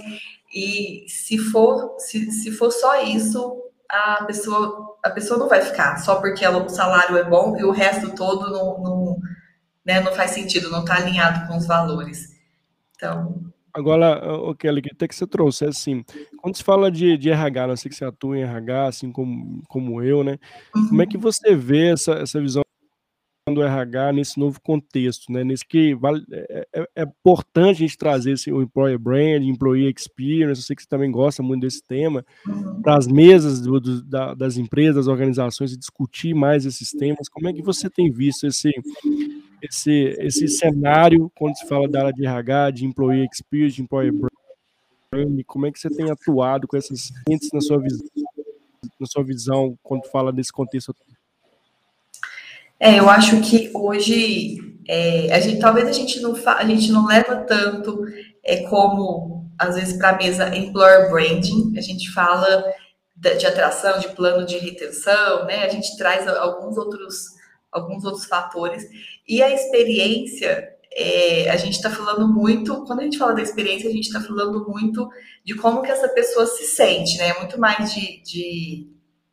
e se for, se, se for só isso, a pessoa, a pessoa não vai ficar, só porque ela, o salário é bom e o resto todo não, não, né, não faz sentido, não está alinhado com os valores. Então, Agora, o Kelly, que até que você trouxe, é assim, quando se fala de, de R H, não sei que você atua em R H, assim como, como eu, né? Como é que você vê essa, essa visão do R H nesse novo contexto, né? Nesse que vale, é, é, é importante a gente trazer esse, o Employer Brand, Employee Experience, eu sei que você também gosta muito desse tema, para as mesas do, do, da, das empresas, das organizações, e discutir mais esses temas. Como é que você tem visto esse... Esse, esse cenário, quando se fala da área de R H, de Employee Experience, de Employer Brand, como é que você tem atuado com essas frentes na sua visão, na sua visão quando fala desse contexto? É, eu acho que hoje é, a gente, talvez a gente não fa, a gente não leva tanto é, como às vezes para a mesa employer branding, a gente fala de, de atração, de plano de retenção, né? A gente traz alguns outros alguns outros fatores e a experiência é, a gente está falando muito, quando a gente fala da experiência, a gente está falando muito de como que essa pessoa se sente, né? Muito mais de, de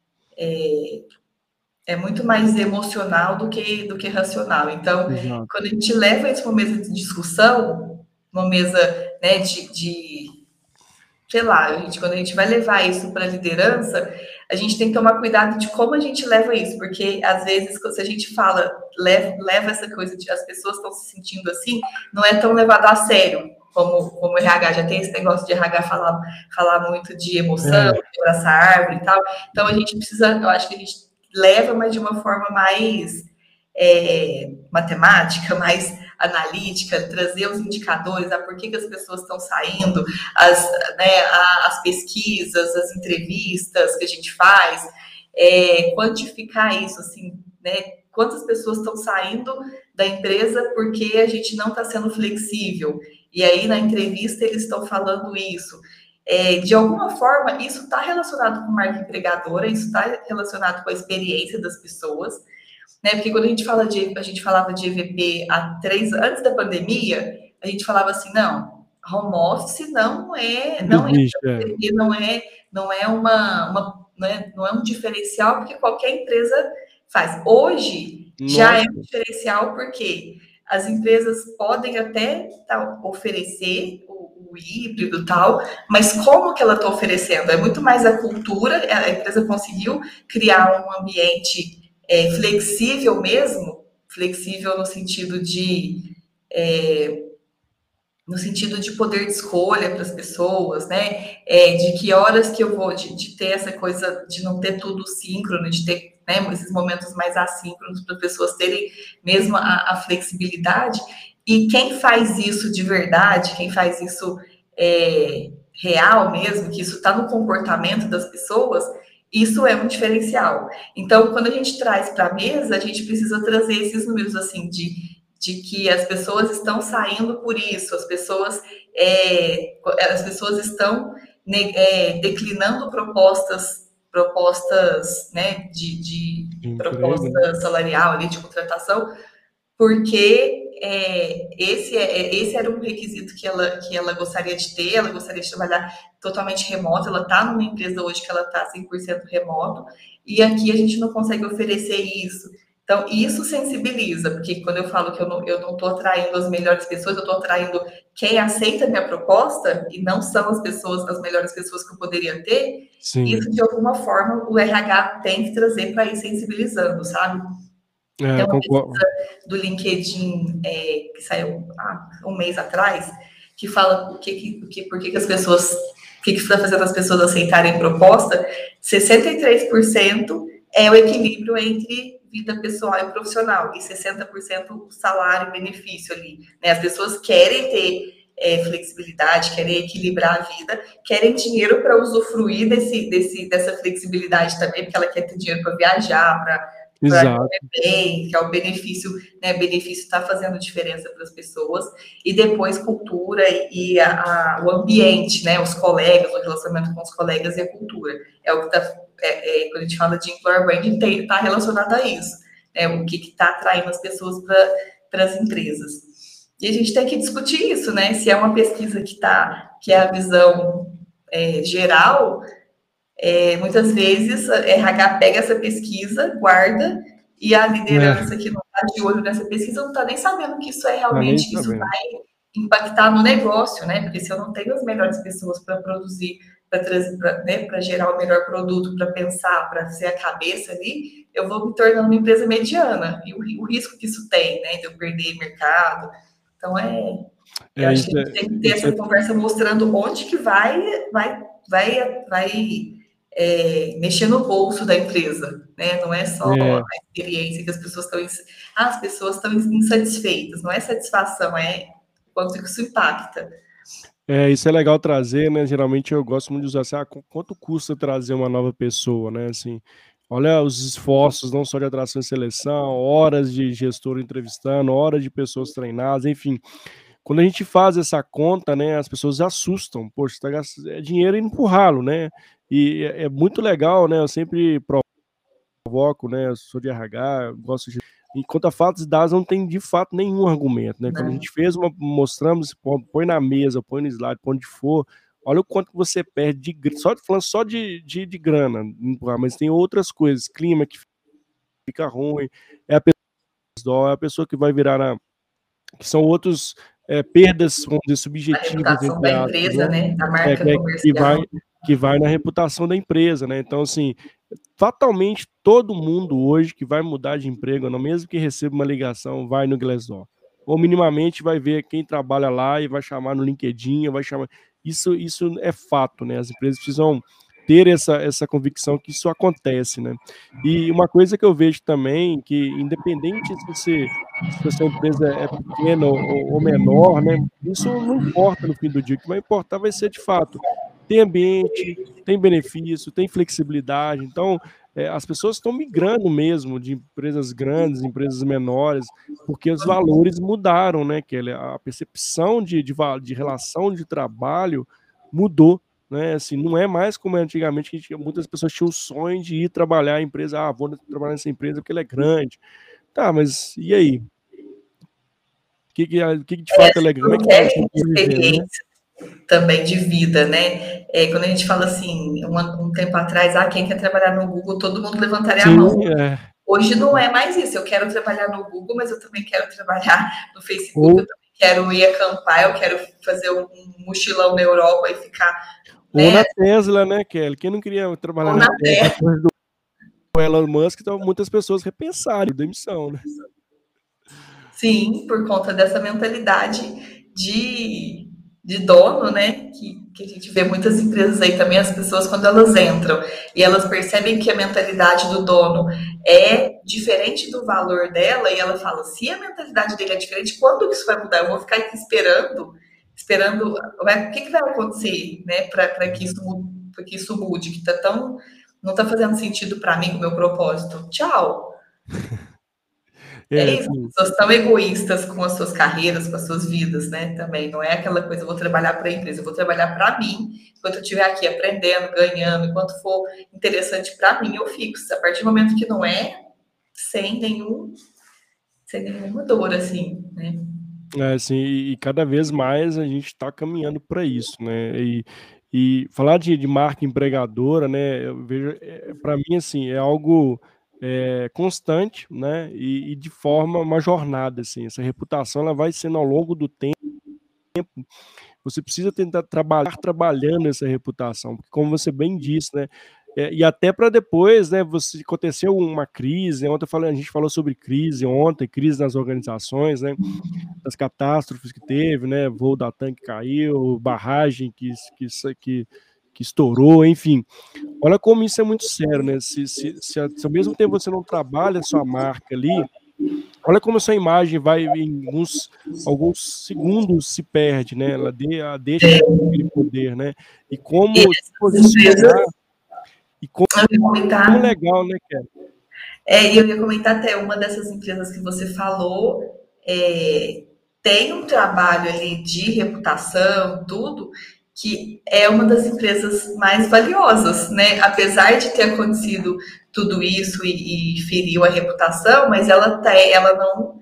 é, é muito mais emocional do que, do que racional. Então, Exato. quando a gente leva isso para uma mesa de discussão, uma mesa, né, de, de sei lá, a gente, quando a gente vai levar isso para a liderança, a gente tem que tomar cuidado de como a gente leva isso, porque às vezes, se a gente fala, leva, leva essa coisa de as pessoas estão se sentindo assim, não é tão levado a sério. Como, como o R H já tem esse negócio de R H falar, falar muito de emoção, É. de abraçar árvore e tal. Então a gente precisa, eu acho que a gente leva, mas de uma forma mais é, matemática, mais analítica, trazer os indicadores, a por que, que as pessoas estão saindo, as, né, a, as pesquisas, as entrevistas que a gente faz, é, quantificar isso, assim, né? Quantas pessoas estão saindo da empresa porque a gente não está sendo flexível. E aí, na entrevista, eles estão falando isso. É, de alguma forma, isso está relacionado com marca empregadora, isso está relacionado com a experiência das pessoas, né? Porque quando a gente fala de, a gente falava de E V P há três antes da pandemia, a gente falava assim, não, home office não é, não Existe, é, é. não é, não é uma, uma não, é, não é um diferencial porque qualquer empresa faz. Hoje já Nossa. é um diferencial porque as empresas podem até tá, oferecer o, o híbrido e tal, mas como que ela está oferecendo? É muito mais a cultura, a empresa conseguiu criar um ambiente é, flexível mesmo, flexível no sentido de é, no sentido de poder de escolha para as pessoas, né? É, de que horas que eu vou, de, de ter essa coisa de não ter tudo síncrono, de ter, né, esses momentos mais assíncronos para as pessoas terem mesmo a, a flexibilidade. E quem faz isso de verdade, quem faz isso é, real mesmo, que isso está no comportamento das pessoas, Isso é um diferencial. Então, quando a gente traz para a mesa, a gente precisa trazer esses números assim de, de que as pessoas estão saindo por isso, as pessoas, é, as pessoas estão né, é, declinando propostas, propostas né, de, de, De emprego, né? proposta salarial ali, de contratação, porque é, esse, é, esse era um requisito que ela, que ela gostaria de ter, ela gostaria de trabalhar totalmente remoto, ela está numa empresa hoje que ela está cem por cento remoto, e aqui a gente não consegue oferecer isso. Então, isso sensibiliza, porque quando eu falo que eu não estou atraindo as melhores pessoas, eu estou atraindo quem aceita a minha proposta, e não são as pessoas, as melhores pessoas que eu poderia ter, Sim. isso, de alguma forma, o R H tem que trazer para ir sensibilizando, sabe? É, Tem uma concordo. pesquisa do LinkedIn é, que saiu há um mês atrás, que fala o que, que, por que, que as pessoas, o que, que está fazendo as pessoas aceitarem proposta. sessenta e três por cento é o equilíbrio entre vida pessoal e profissional, e sessenta por cento salário e benefício ali. Né? As pessoas querem ter é, flexibilidade, querem equilibrar a vida, querem dinheiro para usufruir desse, desse, dessa flexibilidade também, porque ela quer ter dinheiro para viajar, para para comer bem, que é o benefício, né? Benefício está fazendo diferença para as pessoas, e depois cultura e a, a, o ambiente, né? Os colegas, o relacionamento com os colegas e a cultura. É o que está, é, é, quando a gente fala de employer branding, está relacionado a isso, né? O que está atraindo as pessoas para as empresas. E a gente tem que discutir isso, né? Se é uma pesquisa que está, que é a visão é, geral. É, muitas vezes a R H pega essa pesquisa, guarda, e a liderança é. que não está de olho nessa pesquisa não está nem sabendo que isso é realmente, que isso vai impactar no negócio, né? Porque se eu não tenho as melhores pessoas para produzir, para trazer, para né, gerar o melhor produto, para pensar, para ser a cabeça ali, eu vou me tornando uma empresa mediana. E o, o risco que isso tem, né? De eu perder mercado. Então, é. Eu é, acho que a gente é, tem que ter essa é... conversa mostrando onde que vai, vai, vai, vai. É, mexer no bolso da empresa, né? Não é só é. a experiência que as pessoas estão... Ah, as pessoas estão insatisfeitas. Não é satisfação, é quanto que isso impacta. É, isso é legal trazer, né? Geralmente eu gosto muito de usar assim, ah, quanto custa trazer uma nova pessoa, né? Assim, olha os esforços, não só de atração e seleção, horas de gestor entrevistando, horas de pessoas treinadas, enfim. Quando a gente faz essa conta, né, as pessoas assustam. Poxa, tá gastando é dinheiro indo pro ralo, né? E é, é muito legal, né? Eu sempre provoco, né? Eu sou de R H, gosto de... Enquanto a fatos e dados não tem de fato nenhum argumento, né? Não. Quando a gente fez uma, mostramos, põe na mesa, põe no slide, põe onde for, olha o quanto que você perde, de, só falando só de, de, de grana, mas tem outras coisas, clima que fica ruim, é a pessoa, é a pessoa que vai virar na... que são outros... É, perdas, vamos dizer, subjetivas. A reputação da aspas, empresa, né? né? Da marca é, comercial. Que vai, que vai na reputação da empresa, né? Então, assim, fatalmente todo mundo hoje que vai mudar de emprego, não mesmo que receba uma ligação, vai no Glassdoor. Ou minimamente vai ver quem trabalha lá e vai chamar no LinkedIn, vai chamar... Isso, isso é fato, né? As empresas precisam ter essa, essa convicção que isso acontece, né? E uma coisa que eu vejo também, que independente se você... se a sua empresa é pequena ou, ou menor, né? Isso não importa no fim do dia. O que vai importar vai ser, de fato, tem ambiente, tem benefício, tem flexibilidade. Então, é, as pessoas estão migrando mesmo de empresas grandes, empresas menores, porque os valores mudaram, né, Kelly? A percepção de, de, de relação de trabalho mudou. Né, assim, não é mais como antigamente, que gente, muitas pessoas tinham o sonho de ir trabalhar em empresa. Ah, vou trabalhar nessa empresa porque ela é grande. Tá, mas e aí? O que, que, que de fato é legal? Como é que tá experiência também de vida, né? É, quando a gente fala assim, um, um tempo atrás, ah, quem quer trabalhar no Google, todo mundo levantaria Sim, a mão. É. Hoje não é mais isso. Eu quero trabalhar no Google, mas eu também quero trabalhar no Facebook, Ou... eu também quero ir acampar, eu quero fazer um mochilão na Europa e ficar. Ou né? na Tesla, né, Kelly? Quem não queria trabalhar Ou na, na Tesla depois do Elon Musk, então muitas pessoas repensaram demissão, né? Sim, por conta dessa mentalidade de, de dono, né? Que, que a gente vê muitas empresas aí também, as pessoas quando elas entram e elas percebem que a mentalidade do dono é diferente do valor dela, e ela fala, se a mentalidade dele é diferente, quando que isso vai mudar? Eu vou ficar aqui esperando, esperando, o que, que vai acontecer, né? Para que isso mude, para que isso mude, que está tão não está fazendo sentido para mim, com o meu propósito. Tchau. É, é isso, sim. As pessoas estão egoístas com as suas carreiras, com as suas vidas, né? Também não é aquela coisa, eu vou trabalhar para a empresa, eu vou trabalhar para mim, enquanto eu estiver aqui aprendendo, ganhando, enquanto for interessante para mim, eu fico. A partir do momento que não é, sem nenhum, sem nenhuma dor, assim, né? É, assim, e, e cada vez mais a gente está caminhando para isso, né? E, e falar de, de marca empregadora, né? Eu vejo, é, para mim, assim, é algo é, constante, né? E, e de forma uma jornada, assim. Essa reputação ela vai sendo ao longo do tempo. Você precisa tentar trabalhar trabalhando essa reputação, porque como você bem disse, né? É, e até para depois, né? Você aconteceu uma crise. Ontem eu falei, a gente falou sobre crise ontem, crise nas organizações, né? Das catástrofes que teve, né? Voo da TAM que caiu, barragem que, que, que, que estourou, enfim. Olha como isso é muito sério, né? Se, se, se, se ao mesmo tempo você não trabalha a sua marca ali, olha como a sua imagem vai em alguns, alguns segundos se perde, né? Ela de, ela deixa de ter aquele poder, né? E como E se posicionar e como, como comentar, legal, né, Kelly? É, e eu ia comentar até uma dessas empresas que você falou, é, tem um trabalho ali de reputação, tudo, que é uma das empresas mais valiosas, né? Apesar de ter acontecido tudo isso e, e feriu a reputação, mas ela, tá, ela não,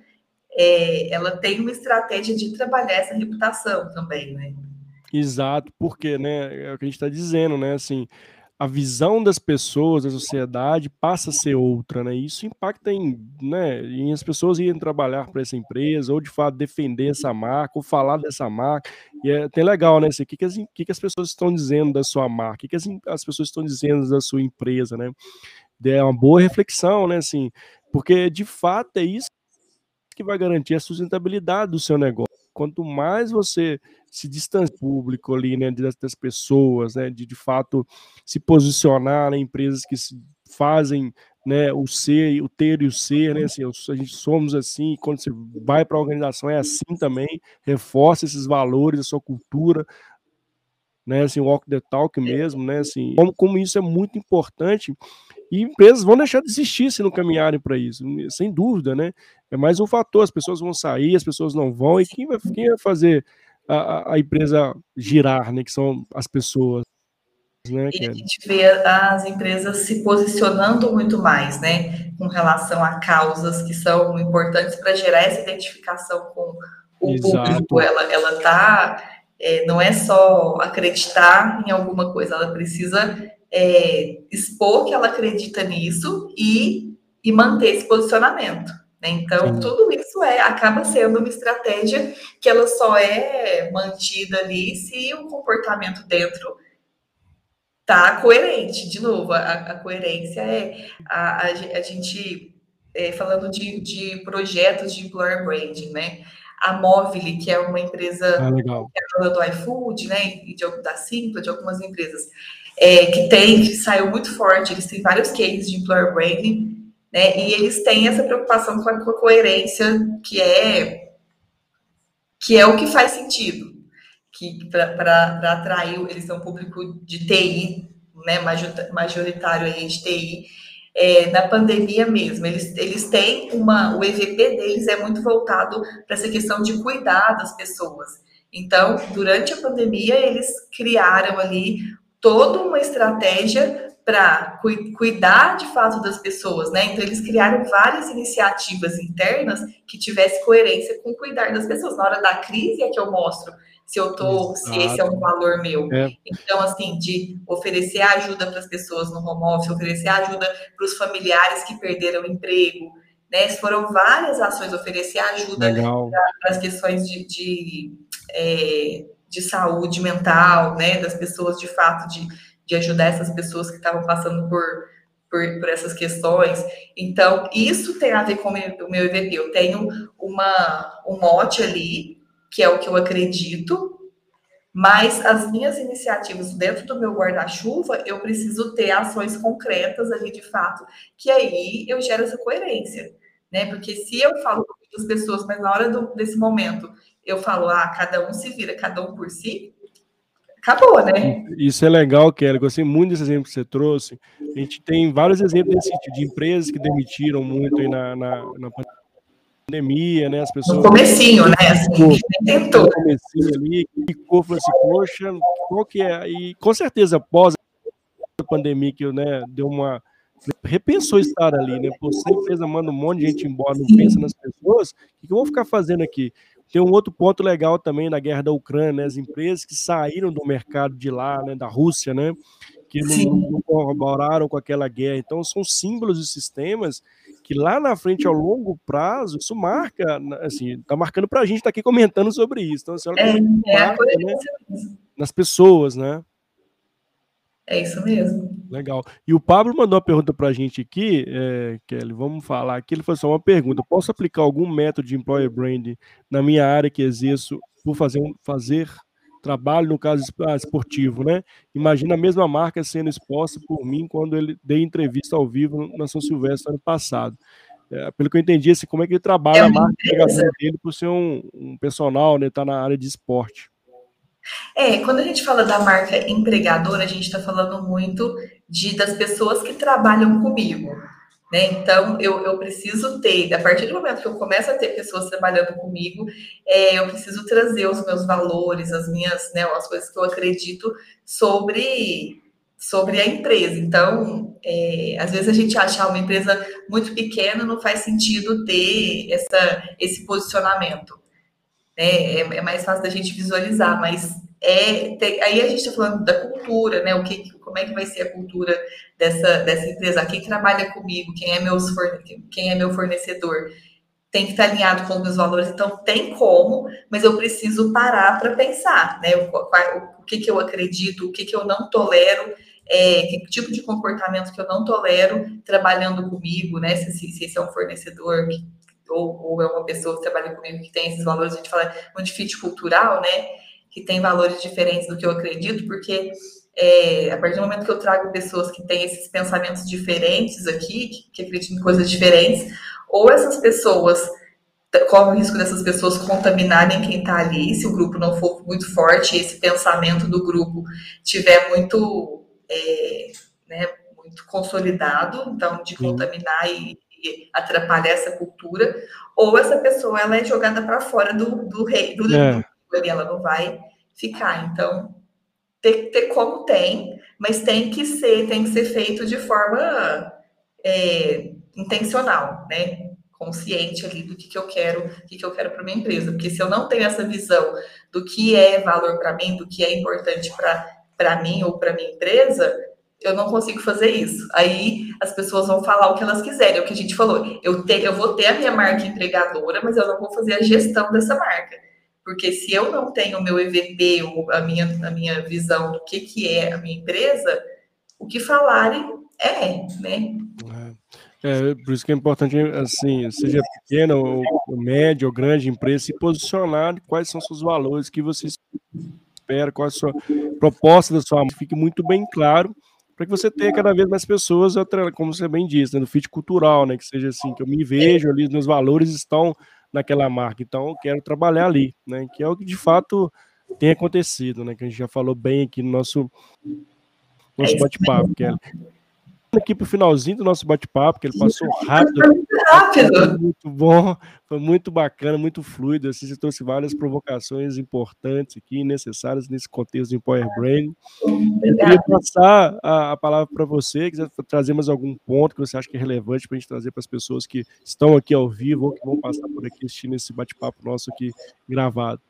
é, ela tem uma estratégia de trabalhar essa reputação também, né? Exato, porque, né, é o que a gente está dizendo, né, assim, a visão das pessoas, da sociedade passa a ser outra, né, isso impacta em, né, em as pessoas irem trabalhar para essa empresa, ou de fato defender essa marca, ou falar dessa marca, e é até legal, né, assim, o que, que, as, que, que as pessoas estão dizendo da sua marca, o que, que as, as pessoas estão dizendo da sua empresa, né, é uma boa reflexão, né, assim, porque de fato é isso que vai garantir a sustentabilidade do seu negócio. Quanto mais você se distancia do público ali, né, das, das pessoas, né, de de fato se posicionar, né, empresas que se fazem, né, o ser, o ter e o ser, né, assim, a gente somos assim, e quando você vai para a organização é assim também, reforça esses valores, a sua cultura, né, assim, walk the talk mesmo, né, assim, como, como isso é muito importante. E empresas vão deixar de existir se não caminharem para isso, sem dúvida, né? É mais um fator, as pessoas vão sair, as pessoas não vão, e quem vai, quem vai fazer a, a empresa girar, né? Que são as pessoas, né, E a Kelly? gente vê as empresas se posicionando muito mais, né, com relação a causas que são importantes para gerar essa identificação com o público. Exato. Ela, ela tá, é, não é só acreditar em alguma coisa, ela precisa é, expor que ela acredita nisso e, e manter esse posicionamento. Né? Então, Sim. tudo isso é, acaba sendo uma estratégia que ela só é mantida ali se o comportamento dentro tá coerente. De novo, a, a coerência é a, a, a gente é, falando de, de projetos de employer branding, né? A Movile, que é uma empresa Ah, legal. que é dona do iFood, né? E de, da Simpla, de algumas empresas é, que tem, que saiu muito forte. Eles têm vários cases de employer branding, né? E eles têm essa preocupação com a, com a coerência, que é que é o que faz sentido, que para atrair, eles são um público de T I, né, majoritário aí de T I, é, na pandemia mesmo, eles, eles têm uma, o E V P deles é muito voltado para essa questão de cuidar das pessoas. Então, durante a pandemia, eles criaram ali toda uma estratégia para cu cuidar de fato das pessoas, né? Então, eles criaram várias iniciativas internas que tivessem coerência com cuidar das pessoas. Na hora da crise é que eu mostro se eu tô, se esse é um valor meu. É. Então, assim, de oferecer ajuda para as pessoas no home office, oferecer ajuda para os familiares que perderam o emprego, né? Foram várias ações, oferecer ajuda para as questões de, de, é, de saúde mental, né? Das pessoas, de fato, de, de ajudar essas pessoas que estavam passando por, por, por essas questões. Então, isso tem a ver com o meu, o meu E V P. Eu tenho uma, um mote ali, que é o que eu acredito, mas as minhas iniciativas dentro do meu guarda-chuva, eu preciso ter ações concretas ali de fato, que aí eu gero essa coerência, né? Porque se eu falo com muitas pessoas, mas na hora do, desse momento eu falo, ah, cada um se vira, cada um por si, acabou, né? Isso é legal, Kelly. Gostei muito desse exemplo que você trouxe. A gente tem vários exemplos nesse sentido, de empresas que demitiram muito aí na, na, na pandemia, né? As No pessoas comecinho, né? Assim, ficou tentou. no comecinho ali, ficou, falou assim, poxa, qual que é? E com certeza, após a pandemia, que eu, né, deu uma... repensou estar ali, né? Pô, se a empresa manda um monte de gente embora, não pensa nas pessoas, o que eu vou ficar fazendo aqui? Tem um outro ponto legal também na guerra da Ucrânia, né? As empresas que saíram do mercado de lá, né, da Rússia, né, que não, não, não corroboraram com aquela guerra. Então, são símbolos e sistemas que lá na frente, ao longo prazo, isso marca, assim, tá marcando pra gente estar tá aqui comentando sobre isso. Então, assim, olha como é que É, é a marca, né, nas pessoas, né? É isso mesmo. Legal. E o Pablo mandou uma pergunta para a gente aqui, é, Kelly, vamos falar aqui. Ele falou só uma pergunta: posso aplicar algum método de employer branding na minha área que exerço por fazer, um, fazer trabalho, no caso esportivo, né? Imagina a mesma marca sendo exposta por mim quando ele dei entrevista ao vivo na São Silvestre ano passado. É, pelo que eu entendi, assim, como é que ele trabalha É a uma marca empresa. dele por ser um, um personal, né? Tá na área de esporte. É, quando a gente fala da marca empregadora, a gente está falando muito de das pessoas que trabalham comigo, né? Então, eu, eu preciso ter, a partir do momento que eu começo a ter pessoas trabalhando comigo, é, eu preciso trazer os meus valores, as minhas, né, as coisas que eu acredito sobre, sobre a empresa. Então, é, às vezes a gente achar uma empresa muito pequena, não faz sentido ter essa, esse posicionamento, né? É, é mais fácil da gente visualizar, mas é, tem, aí a gente está falando da cultura, né? O que, como é que vai ser a cultura dessa, dessa empresa? Quem trabalha comigo, quem é, meus forne, quem é meu fornecedor, tem que estar alinhado com os meus valores. Então, tem como, mas eu preciso parar para pensar, né? O, o, o que, que eu acredito, o que, que eu não tolero, é, que tipo de comportamento que eu não tolero trabalhando comigo, né? Se, se, se esse é um fornecedor que, ou, ou é uma pessoa que trabalha comigo que tem esses valores, a gente fala muito de fit cultural, né? Que tem valores diferentes do que eu acredito, porque é, a partir do momento que eu trago pessoas que têm esses pensamentos diferentes aqui, que, que acreditam em coisas diferentes, ou essas pessoas, corre o risco dessas pessoas contaminarem quem está ali, se o grupo não for muito forte, esse pensamento do grupo tiver muito, é, né, muito consolidado, então de Sim. contaminar e, e atrapalhar essa cultura, ou essa pessoa ela é jogada para fora do, do rei, do, É. do ali, ela não vai ficar. Então, ter, ter como tem, mas tem que ser, tem que ser feito de forma é, intencional, né? Consciente ali do que, que eu quero, o que, que eu quero para minha empresa. Porque se eu não tenho essa visão do que é valor para mim, do que é importante para mim ou para minha empresa, eu não consigo fazer isso. Aí as pessoas vão falar o que elas quiserem, é o que a gente falou. Eu, te, eu vou ter a minha marca empregadora, mas eu não vou fazer a gestão dessa marca. Porque se eu não tenho o meu E V P ou a minha, a minha visão do que, que é a minha empresa, o que falarem é, né? É, é, por isso que é importante, assim, seja pequena ou, ou média ou grande empresa, se posicionar de quais são seus valores, que você espera, qual é a sua proposta da sua marca, fique muito bem claro, para que você tenha cada vez mais pessoas, como você bem disse, né, no fit cultural, né, que seja assim, que eu me vejo ali, os meus valores estão naquela marca, então eu quero trabalhar ali, né, que é o que de fato tem acontecido, né, que a gente já falou bem aqui no nosso, nosso É bate-papo, Kelly. Aqui pro finalzinho do nosso bate-papo, que ele passou rápido. Foi muito rápido. Foi muito bom, foi muito bacana, muito fluido. Assim, você trouxe várias provocações importantes aqui, necessárias nesse contexto de Employer Branding. Eu queria passar a, a palavra para você, quiser trazer mais algum ponto que você acha que é relevante para a gente trazer para as pessoas que estão aqui ao vivo ou que vão passar por aqui assistindo esse bate-papo nosso aqui gravado.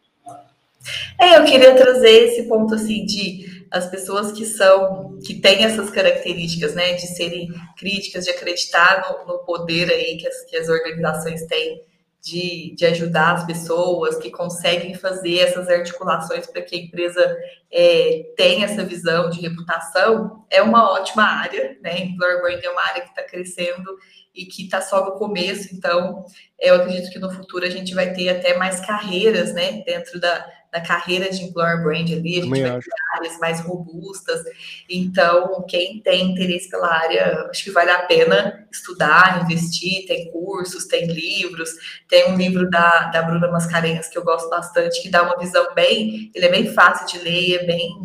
É, eu queria trazer esse ponto assim de as pessoas que são, que têm essas características, né, de serem críticas, de acreditar no, no poder aí que as, que as organizações têm de, de ajudar as pessoas, que conseguem fazer essas articulações para que a empresa é, tenha essa visão de reputação, é uma ótima área, né? Employer Branding é uma área que está crescendo e que está só no começo, então eu acredito que no futuro a gente vai ter até mais carreiras, né, dentro da da carreira de Employer Brand ali, a gente Também vai acho. ter áreas mais robustas. Então, quem tem interesse pela área, acho que vale a pena estudar, investir, tem cursos, tem livros, tem um livro da, da Bruna Mascarenhas que eu gosto bastante, que dá uma visão bem, ele é bem fácil de ler, é bem,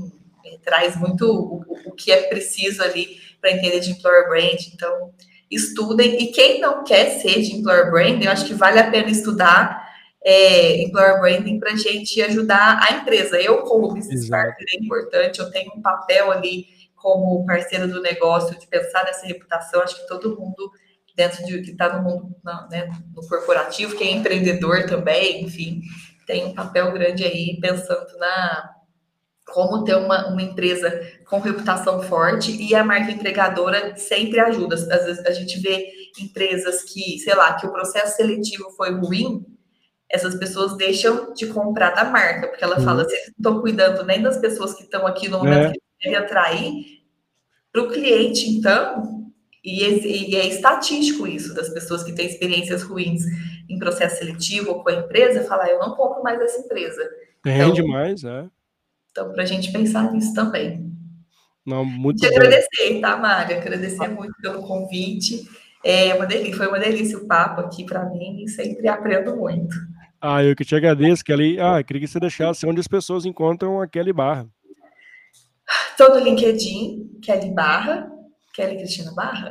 É, traz muito o, o que é preciso ali para entender de employer brand. Então, estudem. E quem não quer ser de employer brand, eu acho que vale a pena estudar é, employer branding para a gente ajudar a empresa. Eu, como business Exato. partner, é importante, eu tenho um papel ali como parceiro do negócio, de pensar nessa reputação. Acho que todo mundo dentro de que está no mundo, né, no corporativo, que é empreendedor também, enfim, tem um papel grande aí pensando na como ter uma, uma empresa com reputação forte, e a marca empregadora sempre ajuda. Às vezes a gente vê empresas que, sei lá, que o processo seletivo foi ruim, essas pessoas deixam de comprar da marca, porque ela fala, Uhum. vocês não estão cuidando nem das pessoas que estão aqui no momento É. que devem atrair para o cliente, então, e, e é estatístico isso, das pessoas que têm experiências ruins em processo seletivo ou com a empresa, falar, eu não compro mais essa empresa. Tem Então, demais, é. então para a gente pensar nisso também. Não, muito Te bom. agradecer, tá, Mari? Agradecer muito pelo convite. É uma delícia, foi uma delícia o papo aqui para mim e sempre aprendo muito. Ah, eu que te agradeço, Kelly. Ah, eu queria que você deixasse onde as pessoas encontram a Kelly Barra. Estou no LinkedIn, Kelly Barra. Kelly Cristina Barra?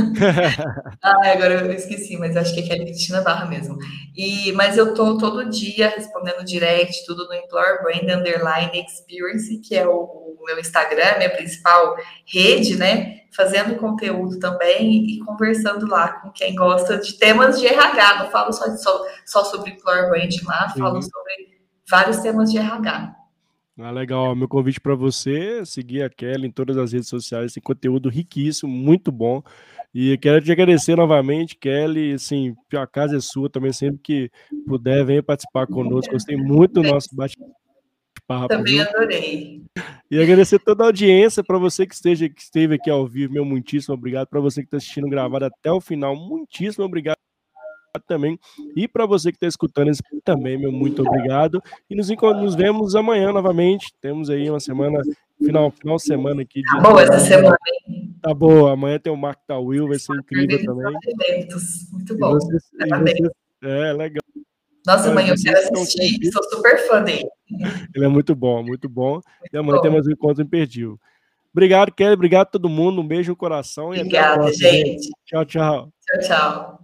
Ah, agora eu esqueci, mas acho que é Kelly Cristina Barra mesmo. E, mas eu tô todo dia respondendo direct, tudo no Employer Brand Underline Experience, que é o, o meu Instagram, minha principal rede, né? Fazendo conteúdo também e conversando lá com quem gosta de temas de R H. Não falo só, de, só, só sobre Employer Brand lá, falo Sim. sobre vários temas de R H. Ah, legal. Meu convite para você é seguir a Kelly em todas as redes sociais. Tem conteúdo riquíssimo, muito bom. E quero te agradecer novamente, Kelly. Assim, a casa é sua também. Sempre que puder, venha participar conosco. Gostei muito do nosso bate-papo, Também viu? adorei. E agradecer toda a audiência. Para você que, esteja, que esteve aqui ao vivo, meu muitíssimo obrigado. Para você que está assistindo gravado até o final, muitíssimo obrigado também. E para você que está escutando esse também, meu muito obrigado. E nos, nos vemos amanhã novamente. Temos aí uma semana, final, final de semana aqui. Tá Dia boa essa semana, hein? Tá boa. Amanhã tem o Mark Tawil, vai ser incrível também. Eventos. Muito E bom. vocês, e vocês, é legal. Nossa, É, amanhã eu vocês quero que estão assistir, aqui. sou super fã dele. Ele é muito bom, muito bom. Muito E amanhã tem bom. mais um encontro imperdível. Obrigado, Kelly. Obrigado a todo mundo. Um beijo no coração e até a Obrigada, próxima, gente. gente. Tchau, tchau. Tchau, tchau.